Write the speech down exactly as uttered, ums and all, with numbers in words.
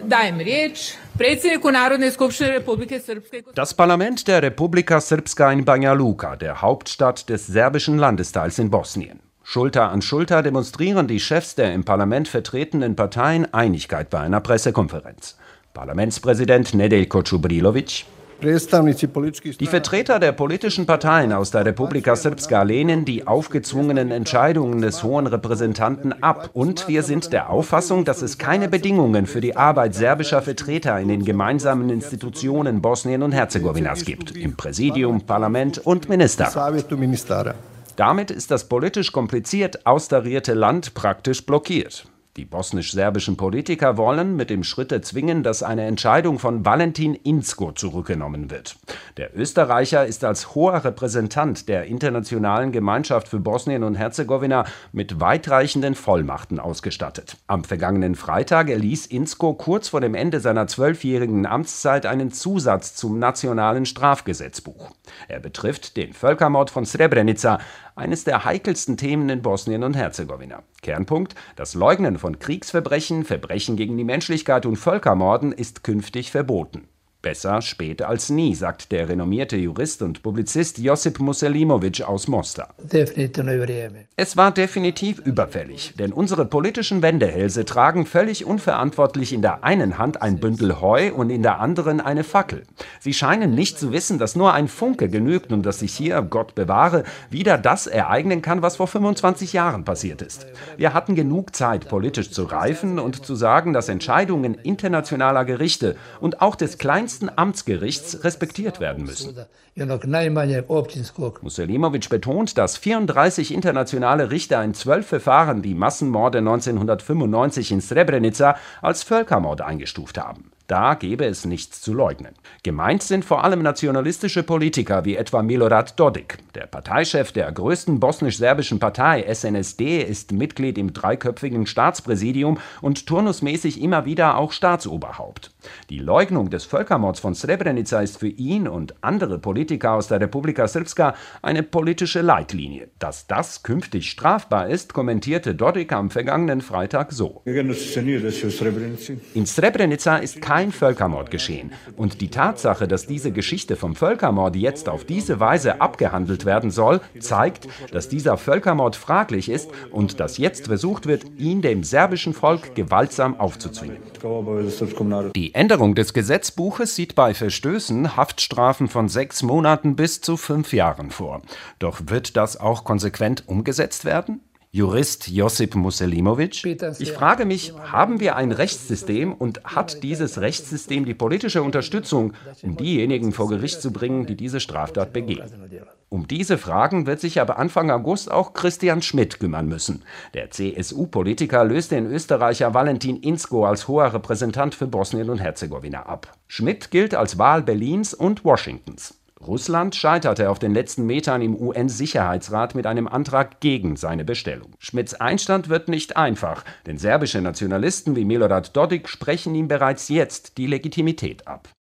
Das Parlament der Republika Srpska in Banja Luka, der Hauptstadt des serbischen Landesteils in Bosnien. Schulter an Schulter demonstrieren die Chefs der im Parlament vertretenen Parteien Einigkeit bei einer Pressekonferenz. Parlamentspräsident Nedeljko Čubrilović: Die Vertreter der politischen Parteien aus der Republika Srpska lehnen die aufgezwungenen Entscheidungen des Hohen Repräsentanten ab und wir sind der Auffassung, dass es keine Bedingungen für die Arbeit serbischer Vertreter in den gemeinsamen Institutionen Bosnien und Herzegowinas gibt, im Präsidium, Parlament und Ministerrat. Damit ist das politisch kompliziert austarierte Land praktisch blockiert. Die bosnisch-serbischen Politiker wollen mit dem Schritt erzwingen, dass eine Entscheidung von Valentin Inzko zurückgenommen wird. Der Österreicher ist als hoher Repräsentant der internationalen Gemeinschaft für Bosnien und Herzegowina mit weitreichenden Vollmachten ausgestattet. Am vergangenen Freitag erließ Inzko kurz vor dem Ende seiner zwölfjährigen Amtszeit einen Zusatz zum nationalen Strafgesetzbuch. Er betrifft den Völkermord von Srebrenica, eines der heikelsten Themen in Bosnien und Herzegowina. Kernpunkt: Das Leugnen von Kriegsverbrechen, Verbrechen gegen die Menschlichkeit und Völkermorden ist künftig verboten. Besser spät als nie, sagt der renommierte Jurist und Publizist Josip Muselimović aus Mostar. Es war definitiv überfällig, denn unsere politischen Wendehälse tragen völlig unverantwortlich in der einen Hand ein Bündel Heu und in der anderen eine Fackel. Sie scheinen nicht zu wissen, dass nur ein Funke genügt und dass sich hier, Gott bewahre, wieder das ereignen kann, was vor fünfundzwanzig Jahren passiert ist. Wir hatten genug Zeit, politisch zu reifen und zu sagen, dass Entscheidungen internationaler Gerichte und auch des kleinsten Amtsgerichts respektiert werden müssen. Muselimović betont, dass vierunddreißig internationale Richter in zwölf Verfahren die Massenmorde neunzehnhundertfünfundneunzig in Srebrenica als Völkermord eingestuft haben. Da gäbe es nichts zu leugnen. Gemeint sind vor allem nationalistische Politiker wie etwa Milorad Dodik. Der Parteichef der größten bosnisch-serbischen Partei, S N S D, ist Mitglied im dreiköpfigen Staatspräsidium und turnusmäßig immer wieder auch Staatsoberhaupt. Die Leugnung des Völkermords von Srebrenica ist für ihn und andere Politiker aus der Republika Srpska eine politische Leitlinie. Dass das künftig strafbar ist, kommentierte Dodik am vergangenen Freitag so: In Srebrenica ist kein Kein Völkermord geschehen. Und die Tatsache, dass diese Geschichte vom Völkermord jetzt auf diese Weise abgehandelt werden soll, zeigt, dass dieser Völkermord fraglich ist und dass jetzt versucht wird, ihn dem serbischen Volk gewaltsam aufzuzwingen. Die Änderung des Gesetzbuches sieht bei Verstößen Haftstrafen von sechs Monaten bis zu fünf Jahren vor. Doch wird das auch konsequent umgesetzt werden? Jurist Josip Muselimović: Ich frage mich, haben wir ein Rechtssystem und hat dieses Rechtssystem die politische Unterstützung, um diejenigen vor Gericht zu bringen, die diese Straftat begehen? Um diese Fragen wird sich aber Anfang August auch Christian Schmidt kümmern müssen. Der C S U-Politiker löste den Österreicher Valentin Inzko als hoher Repräsentant für Bosnien und Herzegowina ab. Schmidt gilt als Wahl Berlins und Washingtons. Russland scheiterte auf den letzten Metern im U N-Sicherheitsrat mit einem Antrag gegen seine Bestellung. Schmidts Einstand wird nicht einfach, denn serbische Nationalisten wie Milorad Dodik sprechen ihm bereits jetzt die Legitimität ab.